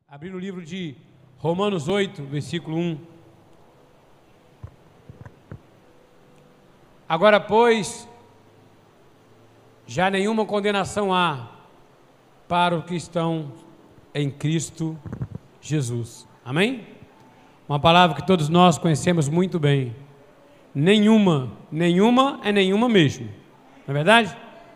Abrir no livro de Romanos 8, versículo 1. Agora, pois, já nenhuma condenação há para os que estão em Cristo Jesus. Amém? Uma palavra que todos nós conhecemos muito bem. Nenhuma é nenhuma mesmo. Não é verdade?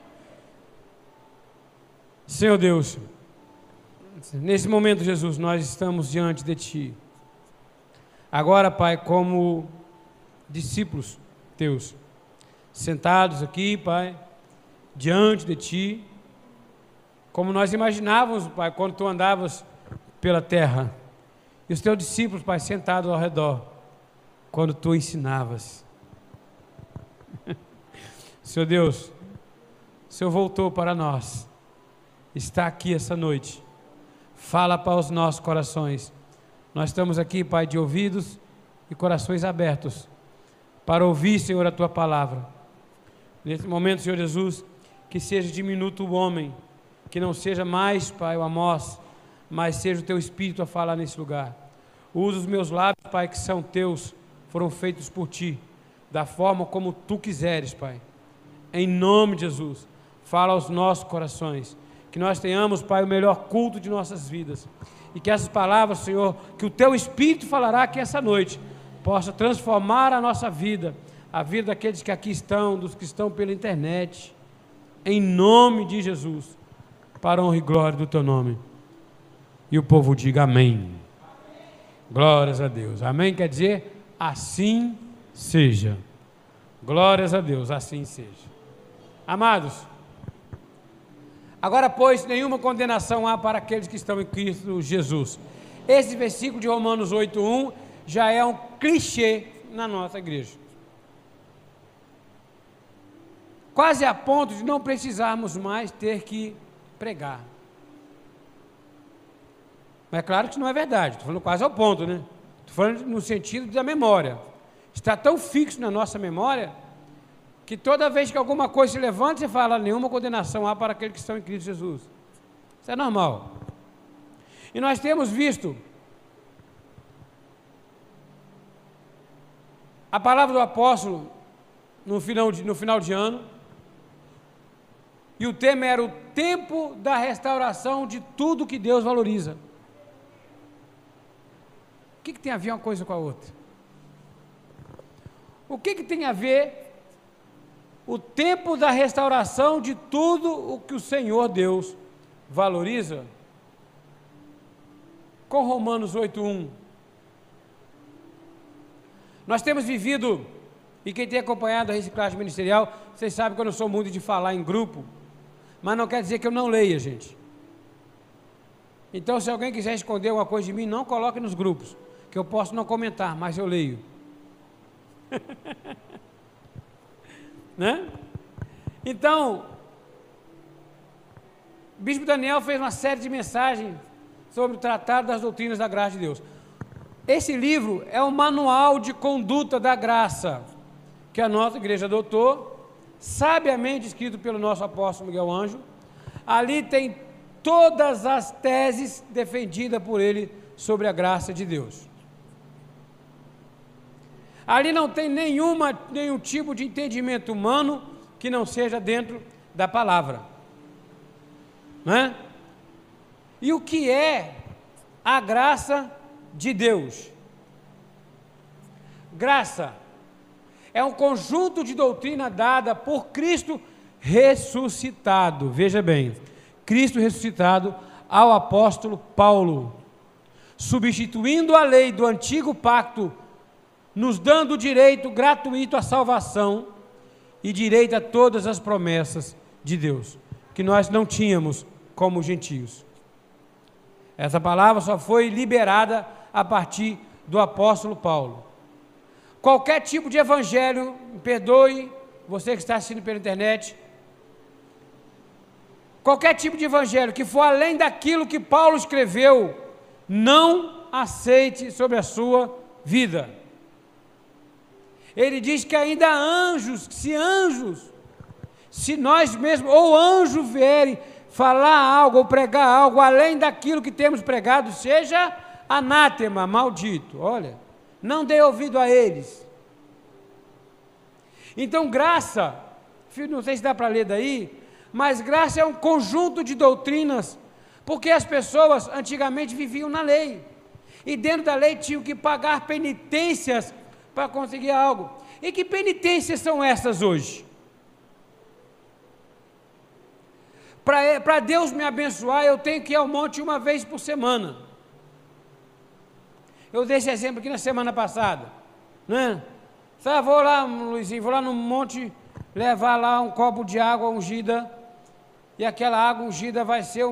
Senhor Deus, nesse momento, Jesus, nós estamos diante de Ti. Agora, Pai, como discípulos Teus, sentados aqui, Pai, diante de Ti, como nós imaginávamos, Pai, quando Tu andavas pela terra, e os Teus discípulos, Pai, sentados ao redor, quando Tu ensinavas. Senhor Deus, o Senhor voltou para nós, está aqui essa noite, fala para os nossos corações. Nós estamos aqui, Pai, de ouvidos e corações abertos, para ouvir, Senhor, a Tua palavra. Nesse momento, Senhor Jesus, que seja diminuto o homem, que não seja mais, Pai, o Amós, mas seja o Teu Espírito a falar nesse lugar. Usa os meus lábios, Pai, que são Teus, foram feitos por Ti, da forma como Tu quiseres, Pai. Em nome de Jesus, fala aos nossos corações, que nós tenhamos, Pai, o melhor culto de nossas vidas, e que essas palavras, Senhor, que o Teu Espírito falará aqui essa noite, possa transformar a nossa vida, a vida daqueles que aqui estão, dos que estão pela internet, em nome de Jesus, para a honra e glória do Teu nome. E o povo diga amém. Glórias a Deus. Amém quer dizer, assim seja. Glórias a Deus, assim seja. Amados, agora, pois, nenhuma condenação há para aqueles que estão em Cristo Jesus. Esse versículo de Romanos 8:1 já é um clichê na nossa igreja. Quase a ponto de não precisarmos mais ter que pregar. Mas é claro que isso não é verdade, estou falando quase ao ponto, né? Estou falando no sentido da memória. Está tão fixo na nossa memória, que toda vez que alguma coisa se levanta, você fala, nenhuma condenação há para aqueles que estão em Cristo Jesus. Isso é normal. E nós temos visto a palavra do apóstolo no final de ano, e o tema era o tempo da restauração de tudo que Deus valoriza. O que tem a ver uma coisa com a outra? O que tem a ver o tempo da restauração de tudo o que o Senhor Deus valoriza com Romanos 8:1? Nós temos vivido, e quem tem acompanhado a reciclagem ministerial, vocês sabem que eu não sou muito de falar em grupo, mas não quer dizer que eu não leia, gente. Então, se alguém quiser esconder alguma coisa de mim, não coloque nos grupos, que eu posso não comentar, mas eu leio. Né? Então, o bispo Daniel fez uma série de mensagens sobre o Tratado das Doutrinas da Graça de Deus. Esse livro é um manual de conduta da graça que a nossa igreja adotou, sabiamente escrito pelo nosso apóstolo Miguel Ângelo. Ali tem todas as teses defendidas por ele sobre a graça de Deus. Ali não tem nenhum tipo de entendimento humano que não seja dentro da palavra. Né? E o que é a graça de Deus? Graça é um conjunto de doutrina dada por Cristo ressuscitado. Veja bem, Cristo ressuscitado ao apóstolo Paulo, substituindo a lei do antigo pacto, nos dando direito gratuito à salvação e direito a todas as promessas de Deus, que nós não tínhamos como gentios. Essa palavra só foi liberada a partir do apóstolo Paulo. Qualquer tipo de evangelho, me perdoe, você que está assistindo pela internet, qualquer tipo de evangelho que for além daquilo que Paulo escreveu, não aceite sobre a sua vida. Ele diz que ainda há anjos, se nós mesmos, ou anjo vierem falar algo ou pregar algo além daquilo que temos pregado, seja anátema, maldito. Olha, não dê ouvido a eles. Então graça, não sei se dá para ler daí, mas graça é um conjunto de doutrinas, porque as pessoas antigamente viviam na lei, e dentro da lei tinham que pagar penitências para conseguir algo. E que penitências são essas hoje? Para Deus me abençoar, eu tenho que ir ao monte uma vez por semana. Eu dei esse exemplo aqui na semana passada, né? Vou lá, Luizinho, vou lá no monte, levar lá um copo de água ungida, e aquela água ungida vai ser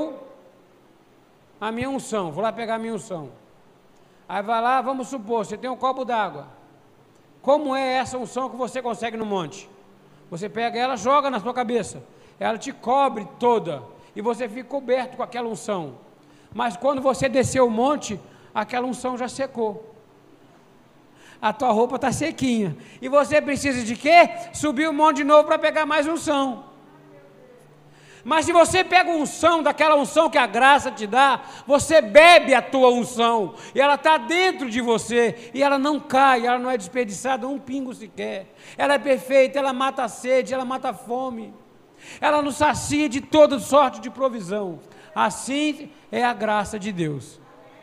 a minha unção. Vou lá pegar a minha unção. Aí vai lá, vamos supor, você tem um copo d'água. Como é essa unção que você consegue no monte? Você pega ela, joga na sua cabeça, ela te cobre toda, e você fica coberto com aquela unção. Mas quando você desceu o monte, aquela unção já secou. A tua roupa está sequinha. E você precisa de quê? Subir o monte de novo para pegar mais unção. Mas se você pega unção, daquela unção que a graça te dá, você bebe a tua unção, e ela está dentro de você, e ela não cai, ela não é desperdiçada um pingo sequer. Ela é perfeita, ela mata a sede, ela mata a fome, ela nos sacia de toda sorte de provisão. Assim é a graça de Deus.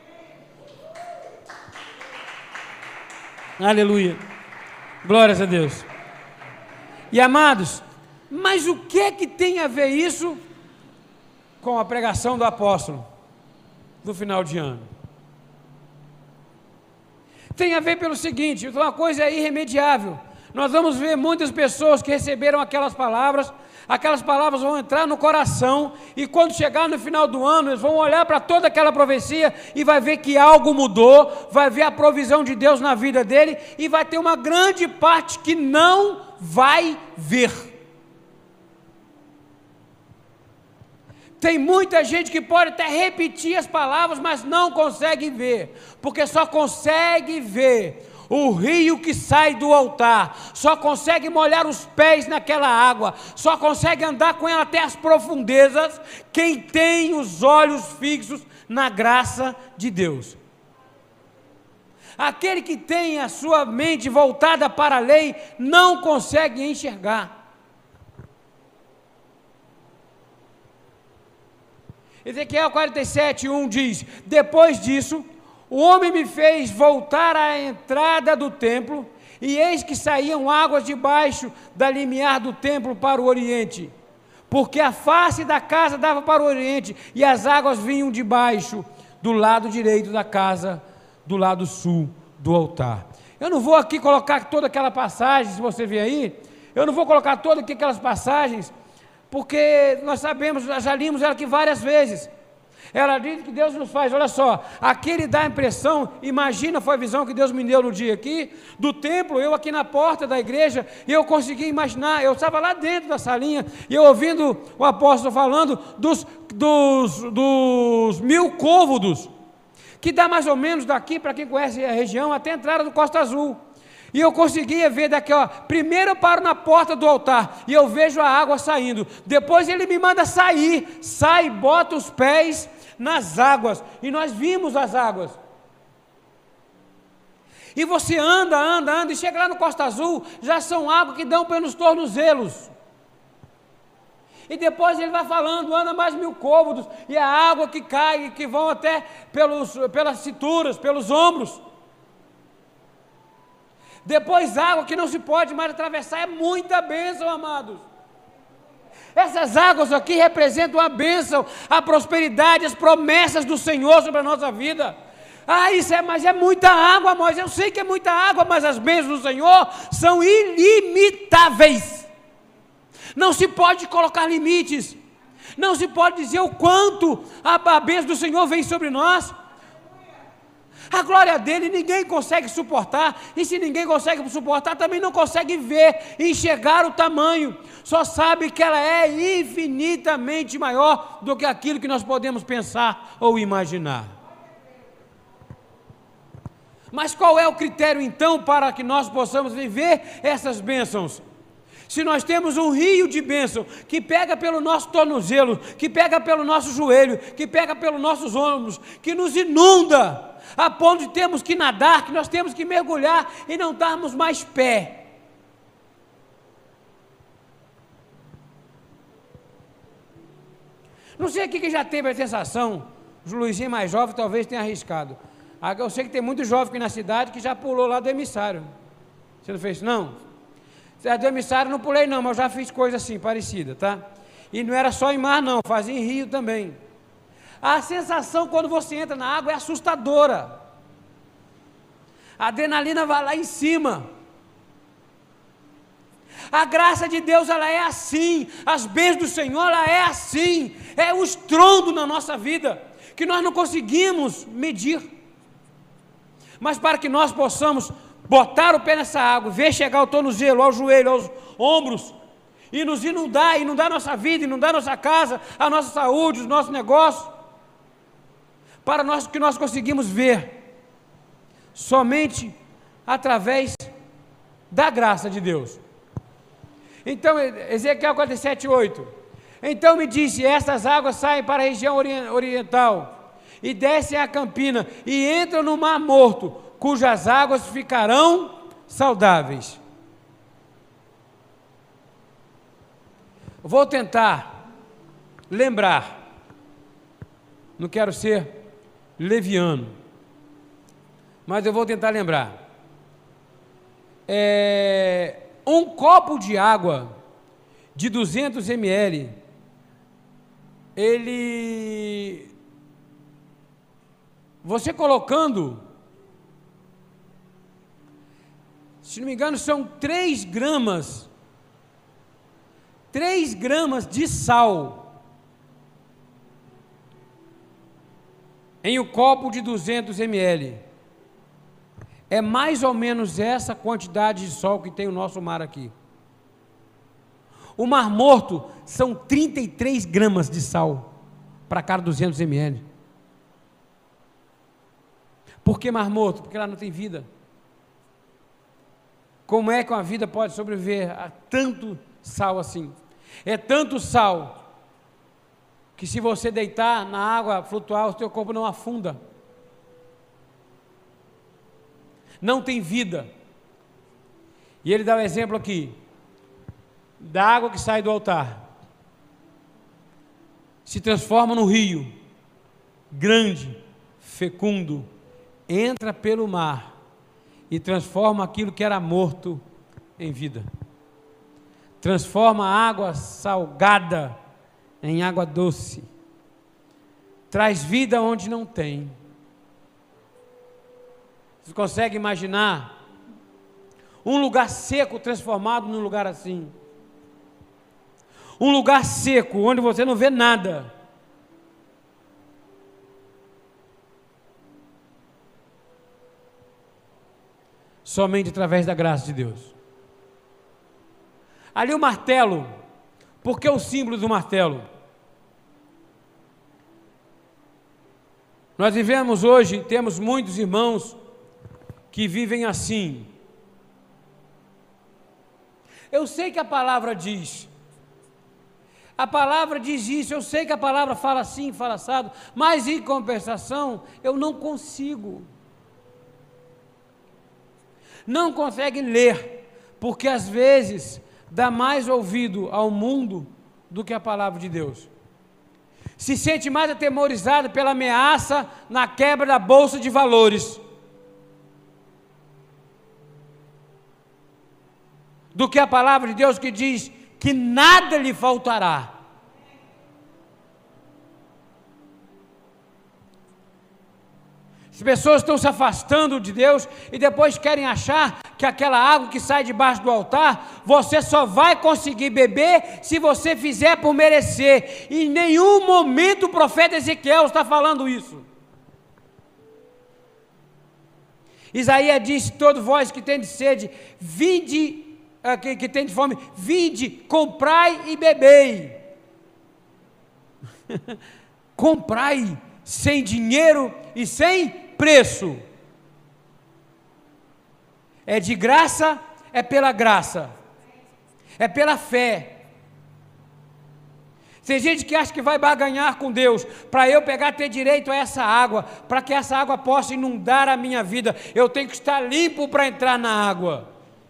Aleluia, glórias a Deus. E amados, mas o que tem a ver isso com a pregação do apóstolo do final de ano? Tem a ver pelo seguinte, uma coisa é irremediável. Nós vamos ver muitas pessoas que receberam aquelas palavras vão entrar no coração, e quando chegar no final do ano, eles vão olhar para toda aquela profecia e vai ver que algo mudou, vai ver a provisão de Deus na vida dele, e vai ter uma grande parte que não vai ver. Tem muita gente que pode até repetir as palavras, mas não consegue ver, porque só consegue ver o rio que sai do altar, só consegue molhar os pés naquela água, só consegue andar com ela até as profundezas, quem tem os olhos fixos na graça de Deus. Aquele que tem a sua mente voltada para a lei, não consegue enxergar. Ezequiel 47:1 diz: depois disso, o homem me fez voltar à entrada do templo, e eis que saíam águas debaixo da limiar do templo para o oriente, porque a face da casa dava para o oriente, e as águas vinham debaixo do lado direito da casa, do lado sul do altar. Eu não vou aqui colocar toda aquela passagem, se você ver aí, eu não vou colocar todas aquelas passagens, porque nós sabemos, já limos ela aqui várias vezes. Ela diz que Deus nos faz, olha só, aqui ele dá a impressão, imagina, foi a visão que Deus me deu no dia aqui, do templo, eu aqui na porta da igreja, e eu consegui imaginar, eu estava lá dentro da salinha, e eu ouvindo o apóstolo falando dos 1000 côvados, que dá mais ou menos daqui, para quem conhece a região, até a entrada do Costa Azul. E eu conseguia ver daqui, ó, primeiro eu paro na porta do altar, e eu vejo a água saindo, depois ele me manda sair, sai, bota os pés nas águas, e nós vimos as águas, e você anda, e chega lá no Costa Azul, já são águas que dão pelos tornozelos, e depois ele vai falando, anda mais 1000 côvados, e a água que cai, que vão até pelas cinturas, pelos ombros, depois água que não se pode mais atravessar, é muita bênção, amados. Essas águas aqui representam a bênção, a prosperidade, as promessas do Senhor sobre a nossa vida. Mas é muita água, mas eu sei que é muita água, mas as bênçãos do Senhor são ilimitáveis. Não se pode colocar limites, não se pode dizer o quanto a bênção do Senhor vem sobre nós. A glória dele ninguém consegue suportar, e se ninguém consegue suportar, também não consegue ver, enxergar o tamanho, só sabe que ela é infinitamente maior do que aquilo que nós podemos pensar ou imaginar. Mas qual é o critério então para que nós possamos viver essas bênçãos? Se nós temos um rio de bênção que pega pelo nosso tornozelo, que pega pelo nosso joelho, que pega pelos nossos ombros, que nos inunda, a ponto de termos que nadar, que nós temos que mergulhar e não darmos mais pé. Não sei aqui quem já teve a sensação, os Luizinho mais jovem talvez tenha arriscado. Eu sei que tem muito jovem aqui na cidade que já pulou lá do emissário. Você não fez isso, não? Do emissário não pulei não, mas eu já fiz coisa assim, parecida, tá? E não era só em mar não, fazia em rio também. A sensação quando você entra na água é assustadora. A adrenalina vai lá em cima. A graça de Deus, ela é assim. As bênçãos do Senhor, ela é assim. É o estrondo na nossa vida, que nós não conseguimos medir. Mas para que nós possamos botar o pé nessa água, ver chegar ao tornozelo, ao joelho, aos ombros, e nos inundar nossa vida, inundar nossa casa, a nossa saúde, os nossos negócios, para nós que nós conseguimos ver, somente através da graça de Deus. Então, Ezequiel 47:8, então me disse, estas águas saem para a região oriental, e descem a campina, e entram no mar morto, cujas águas ficarão saudáveis. Vou tentar lembrar, não quero ser leviano, mas eu vou tentar lembrar. Um copo de água de 200 ml, você colocando, se não me engano, são 3 gramas de sal em um copo de 200 ml. É mais ou menos essa quantidade de sal que tem o nosso mar aqui. O Mar Morto são 33 gramas de sal para cada 200 ml. Por que Mar Morto? Porque lá não tem vida. Como é que uma vida pode sobreviver a tanto sal assim? É tanto sal que se você deitar na água flutuar, o seu corpo não afunda. Não tem vida. E ele dá um exemplo aqui, da água que sai do altar, se transforma num rio, grande, fecundo, entra pelo mar, e transforma aquilo que era morto em vida. Transforma a água salgada em água doce. Traz vida onde não tem. Você consegue imaginar um lugar seco transformado num lugar assim? Um lugar seco, onde você não vê nada. Somente através da graça de Deus. Ali o martelo, por que o símbolo do martelo? Nós vivemos hoje, temos muitos irmãos que vivem assim. Eu sei que a palavra diz isso, eu sei que a palavra fala assim, fala assado, mas em compensação, eu não consigo. Não consegue ler, porque às vezes dá mais ouvido ao mundo do que a palavra de Deus. Se sente mais atemorizado pela ameaça na quebra da bolsa de valores do que a palavra de Deus, que diz que nada lhe faltará. As pessoas estão se afastando de Deus e depois querem achar que aquela água que sai debaixo do altar, você só vai conseguir beber se você fizer por merecer. Em nenhum momento o profeta Ezequiel está falando isso. Isaías disse: todo vós que tem de sede, vinde, que tem de fome, vinde, comprai e bebei. Comprai sem dinheiro e sem preço. É de graça, é pela graça. é pela fé. Tem gente que acha que vai barganhar com Deus, para eu ter direito a essa água, para que essa água possa inundar a minha vida, eu tenho que estar limpo para entrar na água.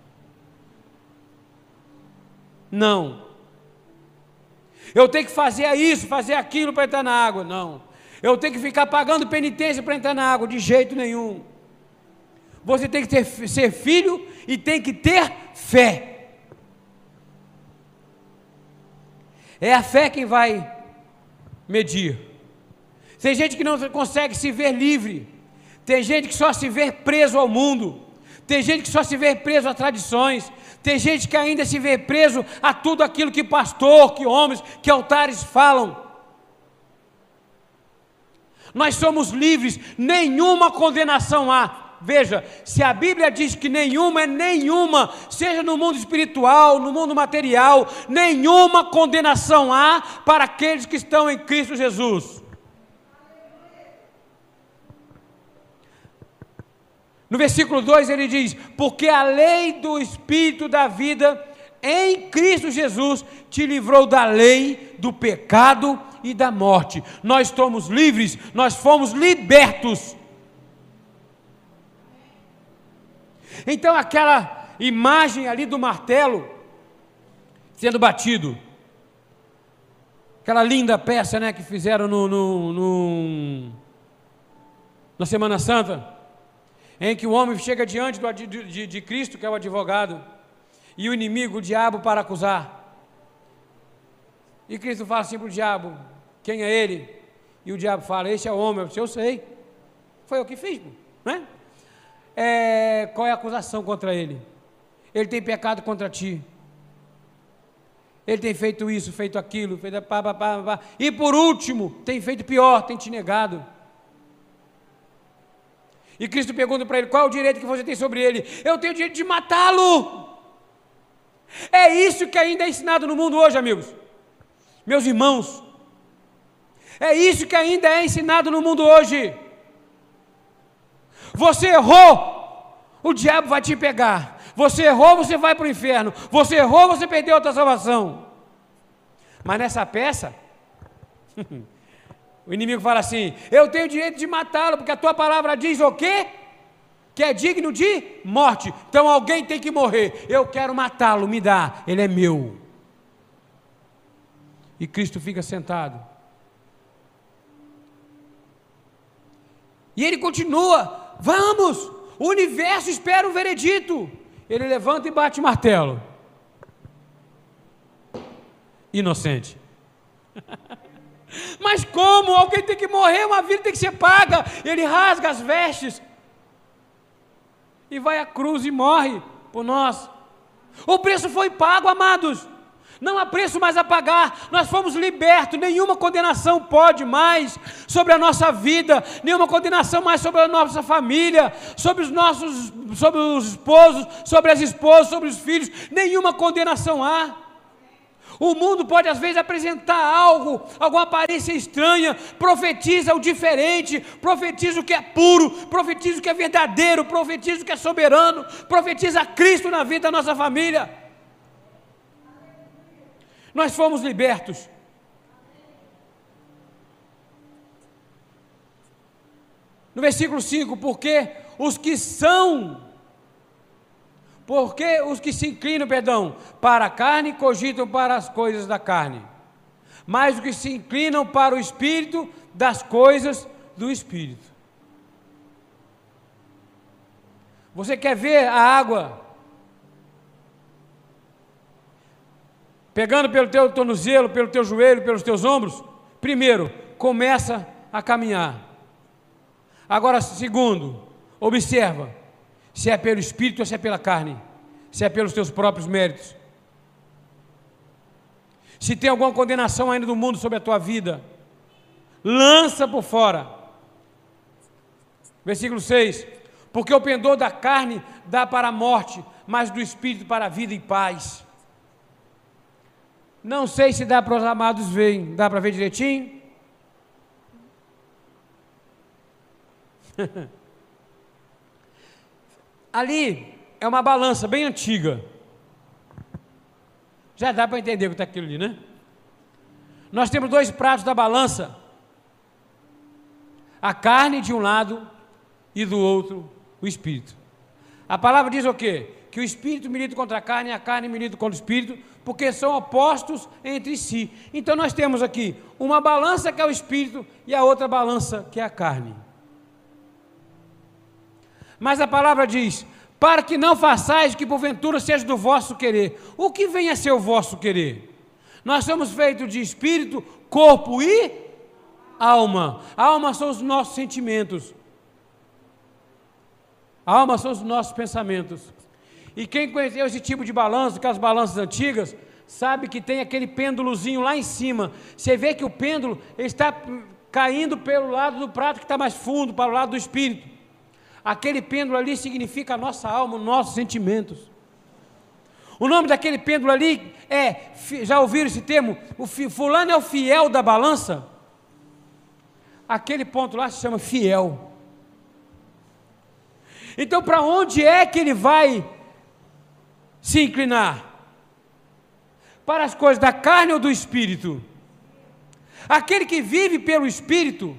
Não. Eu tenho que fazer isso, fazer aquilo para entrar na água. Não. Eu tenho que ficar pagando penitência para entrar na água, de jeito nenhum. Você tem que ser filho e tem que ter fé. É a fé quem vai medir. Tem gente que não consegue se ver livre. Tem gente que só se vê preso ao mundo. Tem gente que só se vê preso a tradições. Tem gente que ainda se vê preso a tudo aquilo que pastor, que homens, que altares falam. Nós somos livres, nenhuma condenação há. Veja, se a Bíblia diz que nenhuma é nenhuma, seja no mundo espiritual, no mundo material, nenhuma condenação há para aqueles que estão em Cristo Jesus. No versículo 2 ele diz: porque a lei do Espírito da vida em Cristo Jesus te livrou da lei, do pecado e da morte. Nós estamos livres, nós fomos libertos. Então aquela imagem ali do martelo sendo batido, aquela linda peça, né, que fizeram na Semana Santa, em que o homem chega diante de Cristo, que é o advogado, e o inimigo, o diabo, para acusar. E Cristo fala assim para o diabo: quem é ele? E o diabo fala: esse é o homem. Eu sei, foi eu que fiz, né? Qual é a acusação contra ele? Ele tem pecado contra ti. Ele tem feito isso, feito aquilo, feito pá. E por último, tem feito pior, tem te negado. E Cristo pergunta para ele: qual é o direito que você tem sobre ele? Eu tenho o direito de matá-lo. É isso que ainda é ensinado no mundo hoje, amigos, meus irmãos. É isso que ainda é ensinado no mundo hoje. Você errou, o diabo vai te pegar. Você errou, você vai para o inferno. Você errou, você perdeu a tua salvação. Mas nessa peça, o inimigo fala assim: eu tenho o direito de matá-lo, porque a tua palavra diz o quê? Que é digno de morte. Então alguém tem que morrer. Eu quero matá-lo, me dá, ele é meu. E Cristo fica sentado. E ele continua: vamos, o universo espera o veredito. Ele levanta e bate o martelo. Inocente. Mas como? Alguém tem que morrer, uma vida tem que ser paga. Ele rasga as vestes e vai à cruz e morre por nós. O preço foi pago, amados. Não há preço mais a pagar, nós fomos libertos, nenhuma condenação pode mais sobre a nossa vida, nenhuma condenação mais sobre a nossa família, sobre os esposos, sobre as esposas, sobre os filhos, nenhuma condenação há. O mundo pode às vezes apresentar algo, alguma aparência estranha, profetiza o diferente, profetiza o que é puro, profetiza o que é verdadeiro, profetiza o que é soberano, profetiza Cristo na vida da nossa família. Nós fomos libertos. No versículo 5, porque os que se inclinam, para a carne, cogitam para as coisas da carne, mas os que se inclinam para o Espírito, das coisas do Espírito. Você quer ver a água pegando pelo teu tornozelo, pelo teu joelho, pelos teus ombros? Primeiro, começa a caminhar. Agora, segundo, observa se é pelo Espírito ou se é pela carne, se é pelos teus próprios méritos. Se tem alguma condenação ainda do mundo sobre a tua vida, lança por fora. Versículo 6, porque o pendor da carne dá para a morte, mas do Espírito para a vida e paz. Não sei se dá para os amados verem, dá para ver direitinho? Ali é uma balança bem antiga. Já dá para entender o que está aquilo ali, né? Nós temos dois pratos da balança. A carne de um lado e do outro o espírito. A palavra diz o quê? Que o espírito milita contra a carne e a carne milita contra o espírito, porque são opostos entre si. Então nós temos aqui uma balança que é o espírito e a outra balança que é a carne. Mas a palavra diz: para que não façais que porventura seja do vosso querer. O que vem a ser o vosso querer? Nós somos feitos de espírito, corpo e alma. A alma são os nossos sentimentos. A alma são os nossos pensamentos. E quem conheceu esse tipo de balanço, aquelas balanças antigas, sabe que tem aquele pêndulozinho lá em cima. Você vê que o pêndulo está caindo pelo lado do prato que está mais fundo, para o lado do espírito. Aquele pêndulo ali significa a nossa alma, os nossos sentimentos. O nome daquele pêndulo ali é, já ouviram esse termo? Fulano é o fiel da balança. Aquele ponto lá se chama fiel. Então, para onde é que ele vai se inclinar? Para as coisas da carne ou do espírito? Aquele que vive pelo espírito,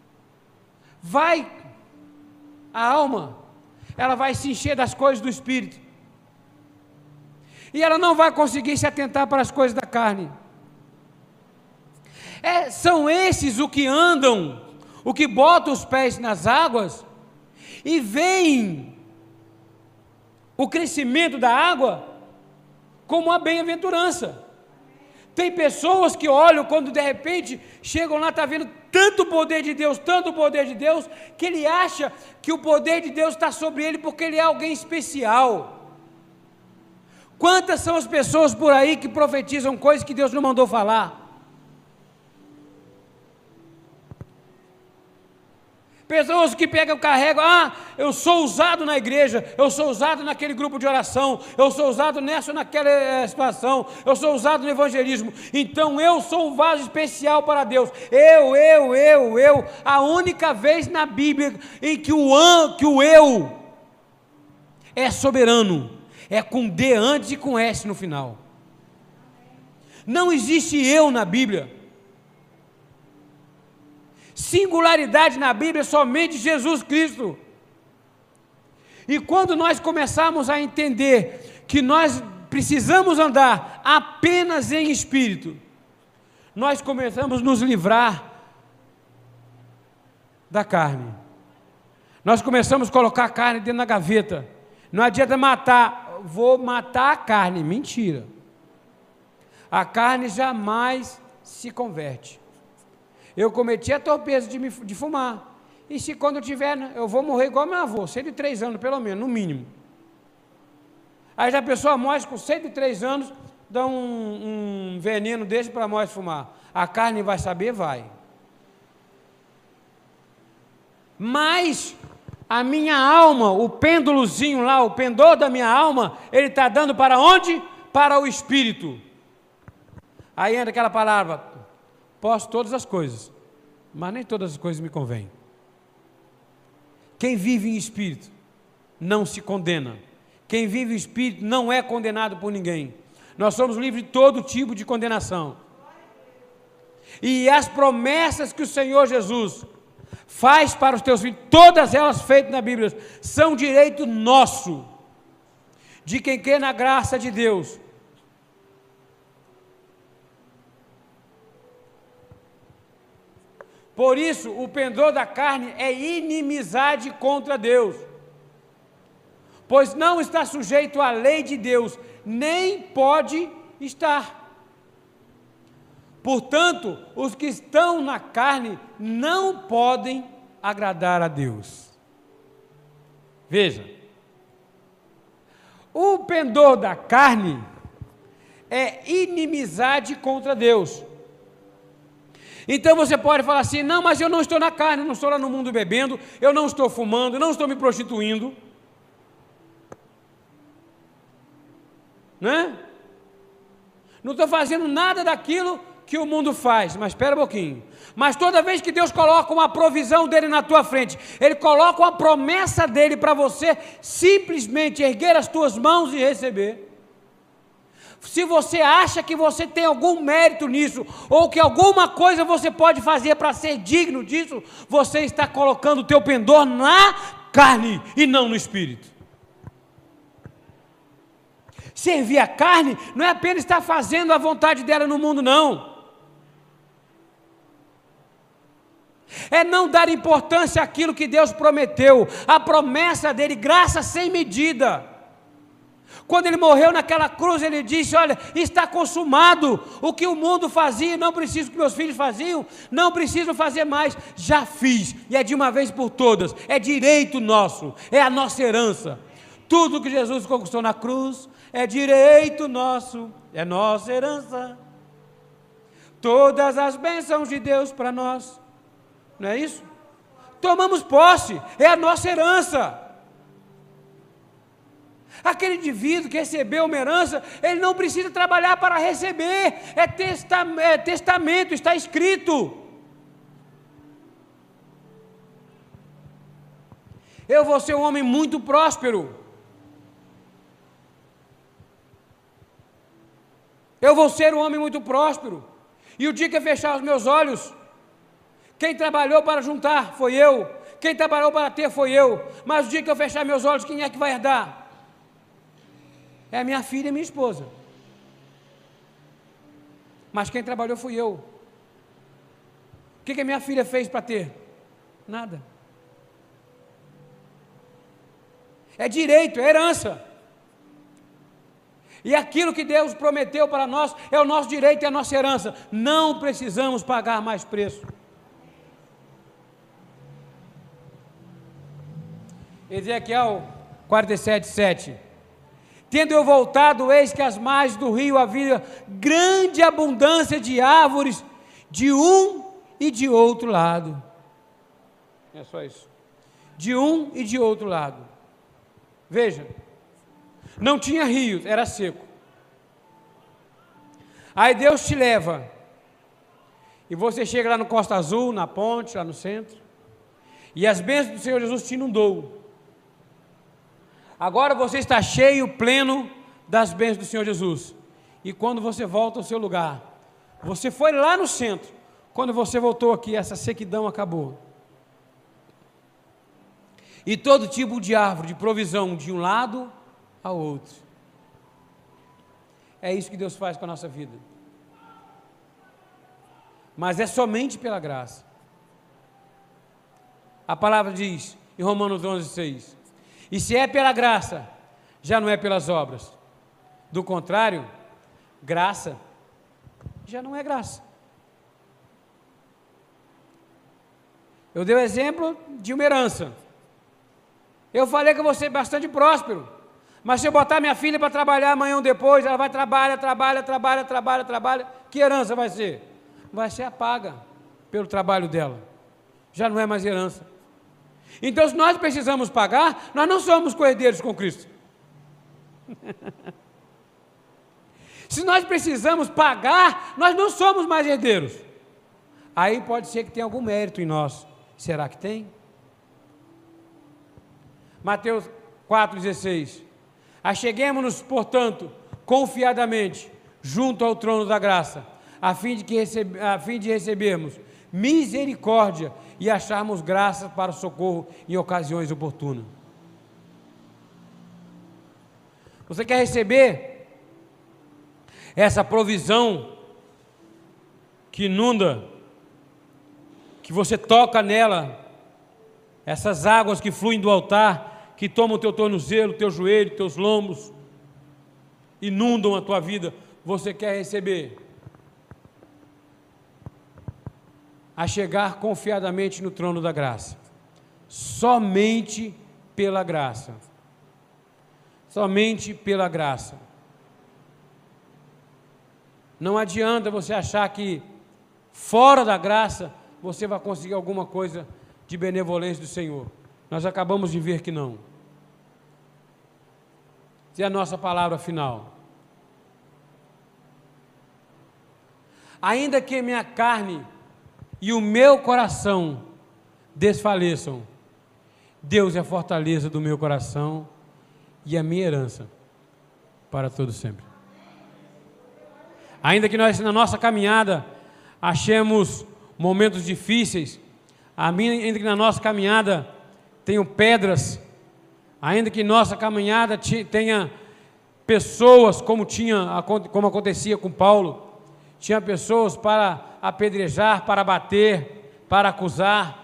a alma, ela vai se encher das coisas do espírito. E ela não vai conseguir se atentar para as coisas da carne. São esses o que andam, o que botam os pés nas águas e veem o crescimento da água como uma bem-aventurança. Tem pessoas que olham quando de repente chegam lá, está vendo tanto poder de Deus, que ele acha que o poder de Deus está sobre ele porque ele é alguém especial. Quantas são as pessoas por aí que profetizam coisas que Deus não mandou falar? Pessoas que pegam, carregam, eu sou usado na igreja, eu sou usado naquele grupo de oração, eu sou usado nessa ou naquela situação, eu sou usado no evangelismo, então eu sou um vaso especial para Deus. A única vez na Bíblia em que o eu é soberano, é com D antes e com S no final. Não existe eu na Bíblia. Singularidade na Bíblia é somente Jesus Cristo. E quando nós começarmos a entender que nós precisamos andar apenas em espírito, nós começamos a nos livrar da carne. Nós começamos a colocar a carne dentro da gaveta. Não adianta vou matar a carne. Mentira. A carne jamais se converte. Eu cometi a torpeza de fumar. E se quando eu tiver, eu vou morrer igual meu avô, 103 anos pelo menos, no mínimo. Aí já a pessoa morre com 103 anos, dá um veneno desse para nós fumar. A carne vai saber? Vai. Mas a minha alma, o pêndulozinho lá, o pendor da minha alma, ele está dando para onde? Para o espírito. Aí entra aquela palavra: posso todas as coisas, mas nem todas as coisas me convêm. Quem vive em espírito não se condena. Quem vive em espírito não é condenado por ninguém. Nós somos livres de todo tipo de condenação. E as promessas que o Senhor Jesus faz para os teus filhos, todas elas feitas na Bíblia, são direito nosso, de quem crê na graça de Deus. Por isso, o pendor da carne é inimizade contra Deus, pois não está sujeito à lei de Deus, nem pode estar. Portanto, os que estão na carne não podem agradar a Deus. Veja, o pendor da carne é inimizade contra Deus. Então você pode falar assim: não, mas eu não estou na carne, eu não estou lá no mundo bebendo, eu não estou fumando, eu não estou me prostituindo, né? Não estou fazendo nada daquilo que o mundo faz. Mas espera um pouquinho. Mas toda vez que Deus coloca uma provisão dele na tua frente, Ele coloca uma promessa dele para você simplesmente erguer as tuas mãos e receber. Se você acha que você tem algum mérito nisso, ou que alguma coisa você pode fazer para ser digno disso, você está colocando o teu pendor na carne e não no espírito. Servir a carne não é apenas estar fazendo a vontade dela no mundo, não. É não dar importância àquilo que Deus prometeu, a promessa dele, graça sem medida. Quando ele morreu naquela cruz, ele disse: olha, está consumado. O que o mundo fazia, não preciso que meus filhos faziam, não preciso fazer mais, já fiz, e é de uma vez por todas, é direito nosso, é a nossa herança. Tudo que Jesus conquistou na cruz é direito nosso, é nossa herança. Todas as bênçãos de Deus para nós, não é isso? Tomamos posse, é a nossa herança. Aquele indivíduo que recebeu uma herança, ele não precisa trabalhar para receber, é testamento, está escrito. Eu vou ser um homem muito próspero. Eu vou ser um homem muito próspero. E o dia que eu fechar os meus olhos, quem trabalhou para juntar foi eu, quem trabalhou para ter foi eu, mas o dia que eu fechar meus olhos, quem é que vai herdar? É a minha filha e minha esposa. Mas quem trabalhou fui eu. O que a minha filha fez para ter? Nada. É direito, é herança. E aquilo que Deus prometeu para nós é o nosso direito e a nossa herança. Não precisamos pagar mais preço. Ezequiel 47:7. Tendo eu voltado, eis que às margens do rio havia grande abundância de árvores, de um e de outro lado. É só isso. De um e de outro lado. Veja, não tinha rios, era seco. Aí Deus te leva, e você chega lá no Costa Azul, na ponte, lá no centro, e as bênçãos do Senhor Jesus te inundou. Agora você está cheio, pleno das bênçãos do Senhor Jesus. E quando você volta ao seu lugar, você foi lá no centro, quando você voltou aqui, essa sequidão acabou. E todo tipo de árvore, de provisão, de um lado ao outro. É isso que Deus faz com a nossa vida. Mas é somente pela graça. A palavra diz, em Romanos 11:6, e se é pela graça, já não é pelas obras. Do contrário, graça já não é graça. Eu dei o exemplo de uma herança. Eu falei que eu vou ser bastante próspero, mas se eu botar minha filha para trabalhar amanhã ou depois, ela vai trabalhar, que herança vai ser? Vai ser a paga pelo trabalho dela. Já não é mais herança. Então, se nós precisamos pagar, nós não somos co-herdeiros com Cristo. Se nós precisamos pagar, nós não somos mais herdeiros. Aí pode ser que tenha algum mérito em nós. Será que tem? Mateus 4,16. Acheguemo-nos, portanto, confiadamente, junto ao trono da graça, a fim de recebermos misericórdia e acharmos graça para o socorro em ocasiões oportunas. Você quer receber essa provisão que inunda, que você toca nela, essas águas que fluem do altar, que tomam o teu tornozelo, teu joelho, teus lombos, inundam a tua vida, você quer receber? A chegar confiadamente no trono da graça, somente pela graça, somente pela graça. Não adianta você achar que fora da graça você vai conseguir alguma coisa de benevolência do Senhor. Nós acabamos de ver que não. Essa é a nossa palavra final. Ainda que minha carne e o meu coração desfaleçam, Deus é a fortaleza do meu coração e a minha herança para todo sempre. Ainda que nós na nossa caminhada achemos momentos difíceis, ainda que na nossa caminhada tenham pedras, ainda que nossa caminhada tenha pessoas como acontecia com Paulo, tinha pessoas para apedrejar, para bater, para acusar,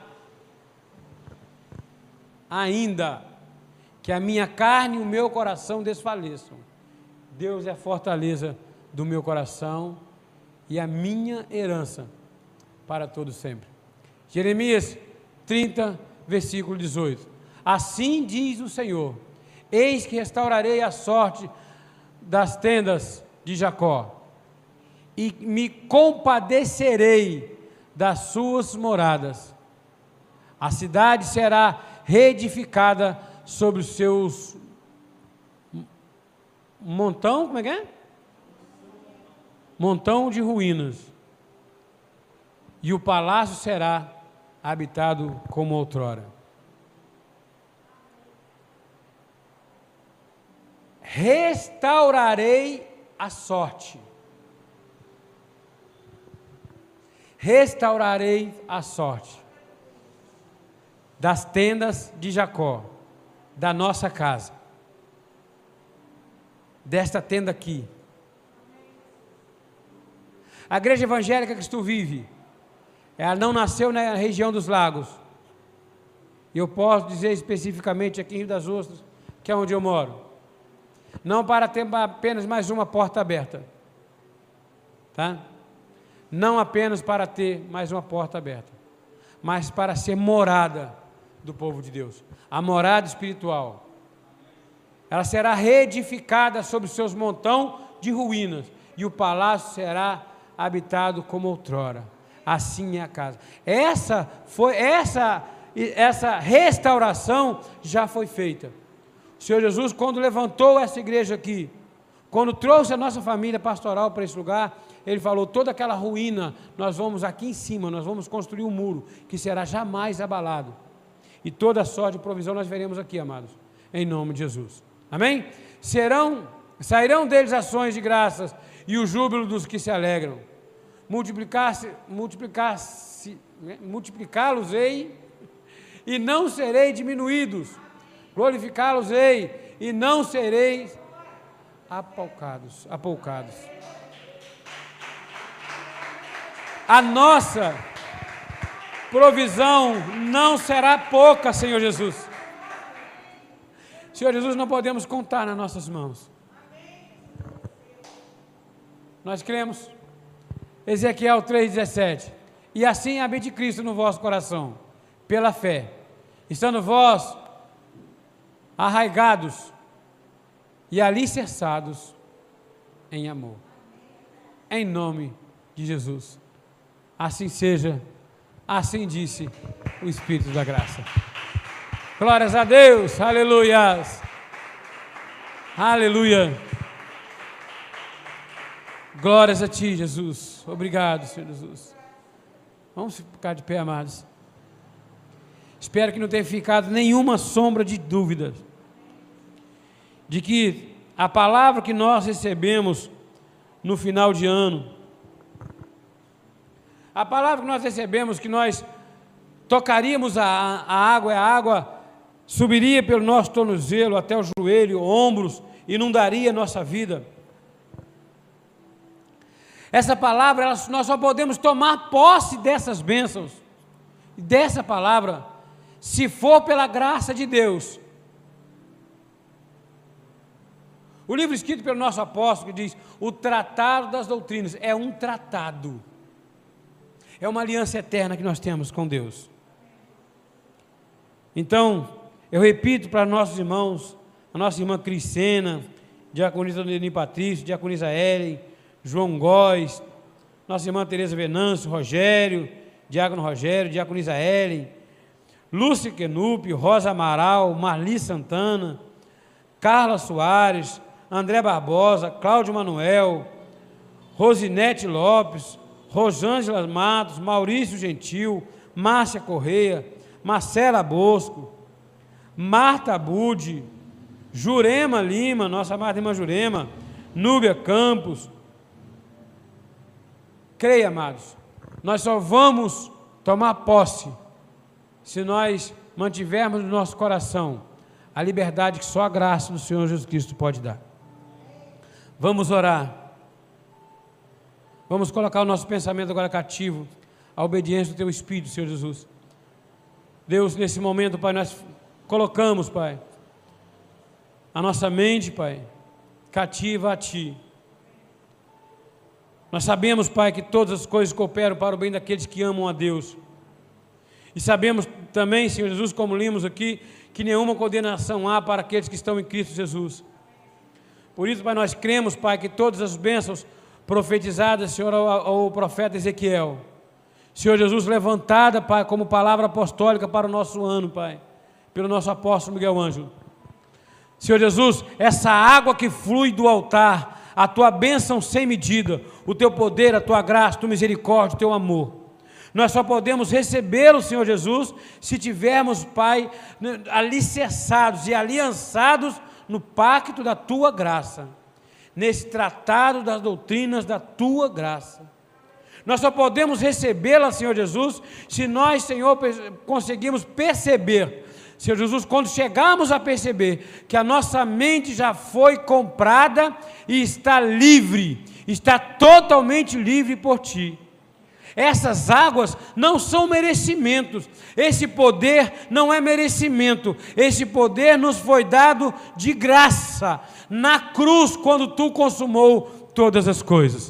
ainda que a minha carne e o meu coração desfaleçam, Deus é a fortaleza do meu coração e a minha herança para todo sempre. Jeremias 30, versículo 18. Assim diz o Senhor: eis que restaurarei a sorte das tendas de Jacó, e me compadecerei das suas moradas. A cidade será reedificada sobre os seus montão, como é que é? Montão de ruínas, e o palácio será habitado como outrora. Restaurarei a sorte. Restaurarei a sorte das tendas de Jacó, da nossa casa, desta tenda aqui. A igreja evangélica que tu vive, ela não nasceu na região dos lagos. Eu posso dizer especificamente aqui em Rio das Ostras, que é onde eu moro. Não para ter apenas mais uma porta aberta, tá? Não apenas para ter mais uma porta aberta, mas para ser morada do povo de Deus, a morada espiritual. Ela será reedificada sobre os seus montão de ruínas, e o palácio será habitado como outrora. Assim é a casa. Essa restauração já foi feita. O Senhor Jesus, quando levantou essa igreja aqui, quando trouxe a nossa família pastoral para esse lugar, Ele falou: toda aquela ruína, nós vamos aqui em cima, nós vamos construir um muro que será jamais abalado, e toda sorte de provisão nós veremos aqui, amados, em nome de Jesus. Amém? Sairão deles ações de graças e o júbilo dos que se alegram. Multiplicá-los-ei e não serei diminuídos. Glorificá-los-ei e não sereis apoucados. A nossa provisão não será pouca, Senhor Jesus. Senhor Jesus, não podemos contar nas nossas mãos. Nós cremos, Ezequiel 3,17, e assim habite Cristo no vosso coração, pela fé, estando vós arraigados e alicerçados em amor. Em nome de Jesus. Assim seja, assim disse o Espírito da graça. Glórias a Deus, aleluias, aleluia. Glórias a Ti, Jesus. Obrigado, Senhor Jesus. Vamos ficar de pé, amados. Espero que não tenha ficado nenhuma sombra de dúvida de que a palavra que nós recebemos no final de ano, a palavra que nós recebemos, que nós tocaríamos a água subiria pelo nosso tornozelo até o joelho, ombros, inundaria a nossa vida. Essa palavra, nós só podemos tomar posse dessas bênçãos, dessa palavra, se for pela graça de Deus. O livro escrito pelo nosso apóstolo que diz: o tratado das doutrinas, é um tratado, é uma aliança eterna que nós temos com Deus. Então, eu repito para nossos irmãos, a nossa irmã Cricena, diaconisa Deni Patrício, diaconisa Ellen, João Góes, nossa irmã Tereza Venâncio, Rogério, diácono Rogério, diaconisa Ellen, Lúcia Quenupe, Rosa Amaral, Marli Santana, Carla Soares, André Barbosa, Cláudio Manuel, Rosinete Lopes, Rosângela Matos, Maurício Gentil, Márcia Correia, Marcela Bosco, Marta Budi, Jurema Lima, nossa amada irmã Jurema, Núbia Campos, Creia, amados, nós só vamos tomar posse se nós mantivermos no nosso coração a liberdade que só a graça do Senhor Jesus Cristo pode dar. Vamos orar. Vamos colocar o nosso pensamento agora cativo à obediência do Teu Espírito, Senhor Jesus. Deus, nesse momento, Pai, nós colocamos, Pai, a nossa mente, Pai, cativa a Ti. Nós sabemos, Pai, que todas as coisas cooperam para o bem daqueles que amam a Deus. E sabemos também, Senhor Jesus, como lemos aqui, que nenhuma condenação há para aqueles que estão em Cristo Jesus. Por isso, Pai, nós cremos, Pai, que todas as bênçãos profetizadas, Senhor, ao profeta Ezequiel, Senhor Jesus, levantada, Pai, como palavra apostólica para o nosso ano, Pai, pelo nosso apóstolo Miguel Ângelo. Senhor Jesus, essa água que flui do altar, a Tua bênção sem medida, o Teu poder, a Tua graça, a Tua misericórdia, o Teu amor, nós só podemos recebê-lo, Senhor Jesus, se tivermos, Pai, alicerçados e aliançados no pacto da Tua graça, nesse tratado das doutrinas da Tua graça. Nós só podemos recebê-la, Senhor Jesus, se nós, Senhor, conseguimos perceber, Senhor Jesus, quando chegarmos a perceber que a nossa mente já foi comprada e está livre, está totalmente livre por Ti. Essas águas não são merecimentos, esse poder não é merecimento, esse poder nos foi dado de graça, na cruz, quando Tu consumou todas as coisas.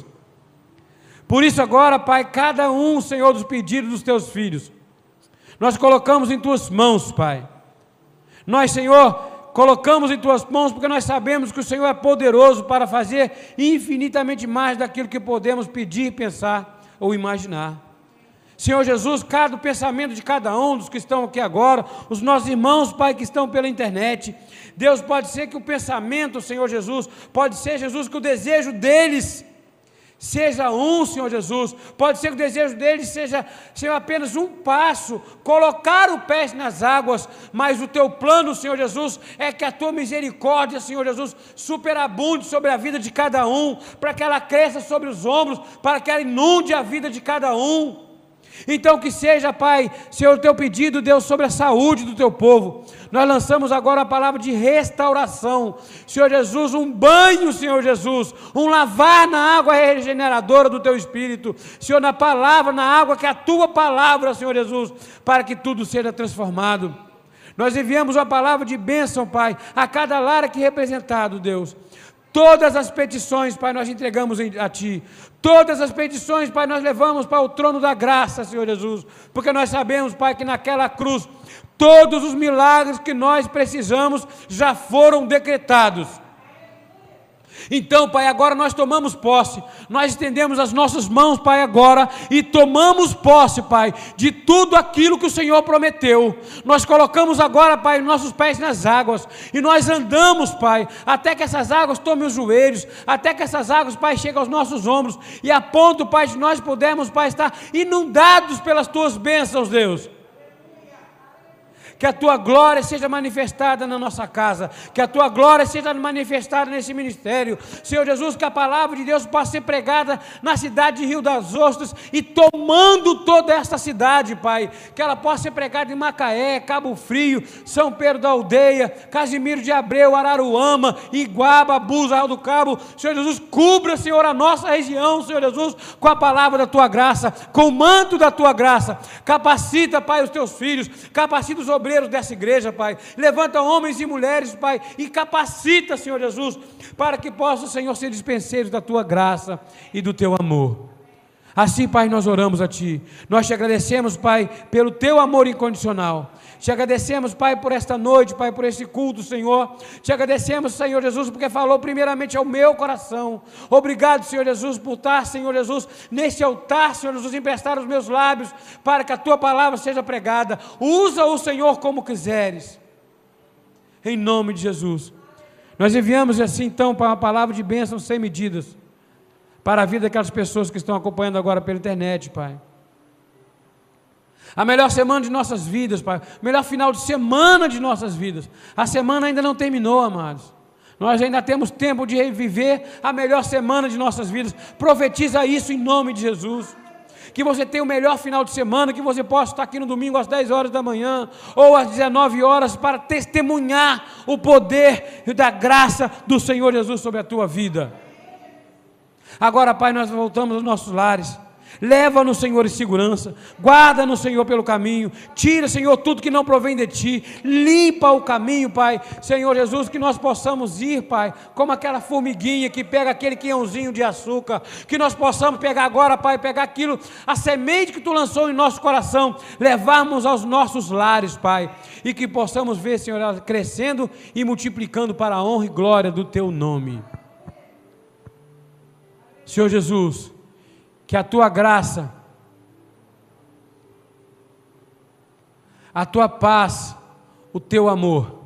Por isso agora, Pai, cada um, Senhor, dos pedidos dos Teus filhos, nós colocamos em Tuas mãos, Pai. Nós, Senhor, colocamos em Tuas mãos, porque nós sabemos que o Senhor é poderoso para fazer infinitamente mais daquilo que podemos pedir, pensar ou imaginar. Senhor Jesus, cada pensamento de cada um dos que estão aqui agora, os nossos irmãos, Pai, que estão pela internet, Deus, pode ser que o pensamento, Senhor Jesus, pode ser, Jesus, que o desejo deles seja um, Senhor Jesus, pode ser que o desejo deles seja apenas um passo, colocar o pé nas águas, mas o Teu plano, Senhor Jesus, é que a Tua misericórdia, Senhor Jesus, superabunde sobre a vida de cada um, para que ela cresça sobre os ombros, para que ela inunde a vida de cada um. Então que seja, Pai, Senhor, o Teu pedido, Deus, sobre a saúde do Teu povo. Nós lançamos agora a palavra de restauração, Senhor Jesus, um banho, Senhor Jesus, um lavar na água regeneradora do Teu Espírito, Senhor, na palavra, na água que é a Tua palavra, Senhor Jesus, para que tudo seja transformado. Nós enviamos uma palavra de bênção, Pai, a cada lar aqui representado, Deus. Todas as petições, Pai, nós entregamos a Ti. Todas as petições, Pai, nós levamos para o trono da graça, Senhor Jesus. Porque nós sabemos, Pai, que naquela cruz, todos os milagres que nós precisamos já foram decretados. Então, Pai, agora nós tomamos posse, nós estendemos as nossas mãos, Pai, agora, e tomamos posse, Pai, de tudo aquilo que o Senhor prometeu. Nós colocamos agora, Pai, nossos pés nas águas, e nós andamos, Pai, até que essas águas tomem os joelhos, até que essas águas, Pai, cheguem aos nossos ombros, e a ponto, Pai, de nós pudermos, Pai, estar inundados pelas Tuas bênçãos, Deus. Que a Tua glória seja manifestada na nossa casa, que a Tua glória seja manifestada nesse ministério, Senhor Jesus, que a palavra de Deus possa ser pregada na cidade de Rio das Ostras e tomando toda esta cidade, Pai, que ela possa ser pregada em Macaé, Cabo Frio, São Pedro da Aldeia, Casimiro de Abreu, Araruama, Iguaba, Búzios, Arraial do Cabo. Senhor Jesus, cubra, Senhor, a nossa região, Senhor Jesus, com a palavra da Tua graça, com o manto da Tua graça. Capacita, Pai, os Teus filhos, capacita os obreiros dessa igreja, Pai, levanta homens e mulheres, Pai, e capacita, Senhor Jesus, para que possam, Senhor, ser dispenseiros da Tua graça e do Teu amor. Assim, Pai, nós oramos a Ti, nós Te agradecemos, Pai, pelo Teu amor incondicional. Te agradecemos, Pai, por esta noite, Pai, por esse culto, Senhor. Te agradecemos, Senhor Jesus, porque falou primeiramente ao meu coração. Obrigado, Senhor Jesus, por estar, Senhor Jesus, nesse altar, Senhor Jesus, emprestar os meus lábios para que a Tua palavra seja pregada. Usa o Senhor como quiseres. Em nome de Jesus. Nós enviamos assim, então, para uma palavra de bênção sem medidas para a vida daquelas pessoas que estão acompanhando agora pela internet, Pai. A melhor semana de nossas vidas, Pai. O melhor final de semana de nossas vidas. A semana ainda não terminou, amados. Nós ainda temos tempo de reviver a melhor semana de nossas vidas. Profetiza isso em nome de Jesus. Que você tenha o melhor final de semana, que você possa estar aqui no domingo às 10 horas da manhã, ou às 19 horas, para testemunhar o poder e da graça do Senhor Jesus sobre a tua vida. Agora, Pai, nós voltamos aos nossos lares. Leva-nos, Senhor, em segurança, guarda-nos, Senhor, pelo caminho, tira, Senhor, tudo que não provém de Ti, limpa o caminho, Pai, Senhor Jesus, que nós possamos ir, Pai, como aquela formiguinha que pega aquele quinhãozinho de açúcar, que nós possamos pegar agora, Pai, pegar aquilo, a semente que Tu lançou em nosso coração, levarmos aos nossos lares, Pai, e que possamos ver, Senhor, ela crescendo e multiplicando para a honra e glória do Teu nome. Senhor Jesus, que a Tua graça, a Tua paz, o Teu amor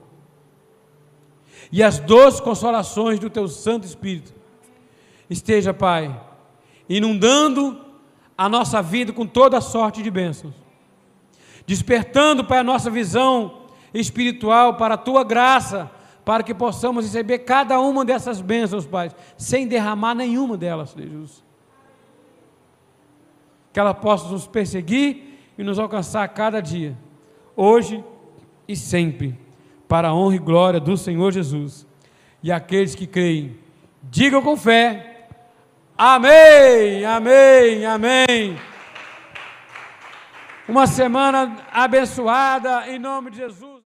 e as doces consolações do Teu Santo Espírito esteja, Pai, inundando a nossa vida com toda a sorte de bênçãos, despertando, Pai, a nossa visão espiritual para a Tua graça, para que possamos receber cada uma dessas bênçãos, Pai, sem derramar nenhuma delas, Jesus. Que ela possa nos perseguir e nos alcançar a cada dia, hoje e sempre, para a honra e glória do Senhor Jesus. E aqueles que creem, digam com fé, amém, amém, amém. Uma semana abençoada, em nome de Jesus.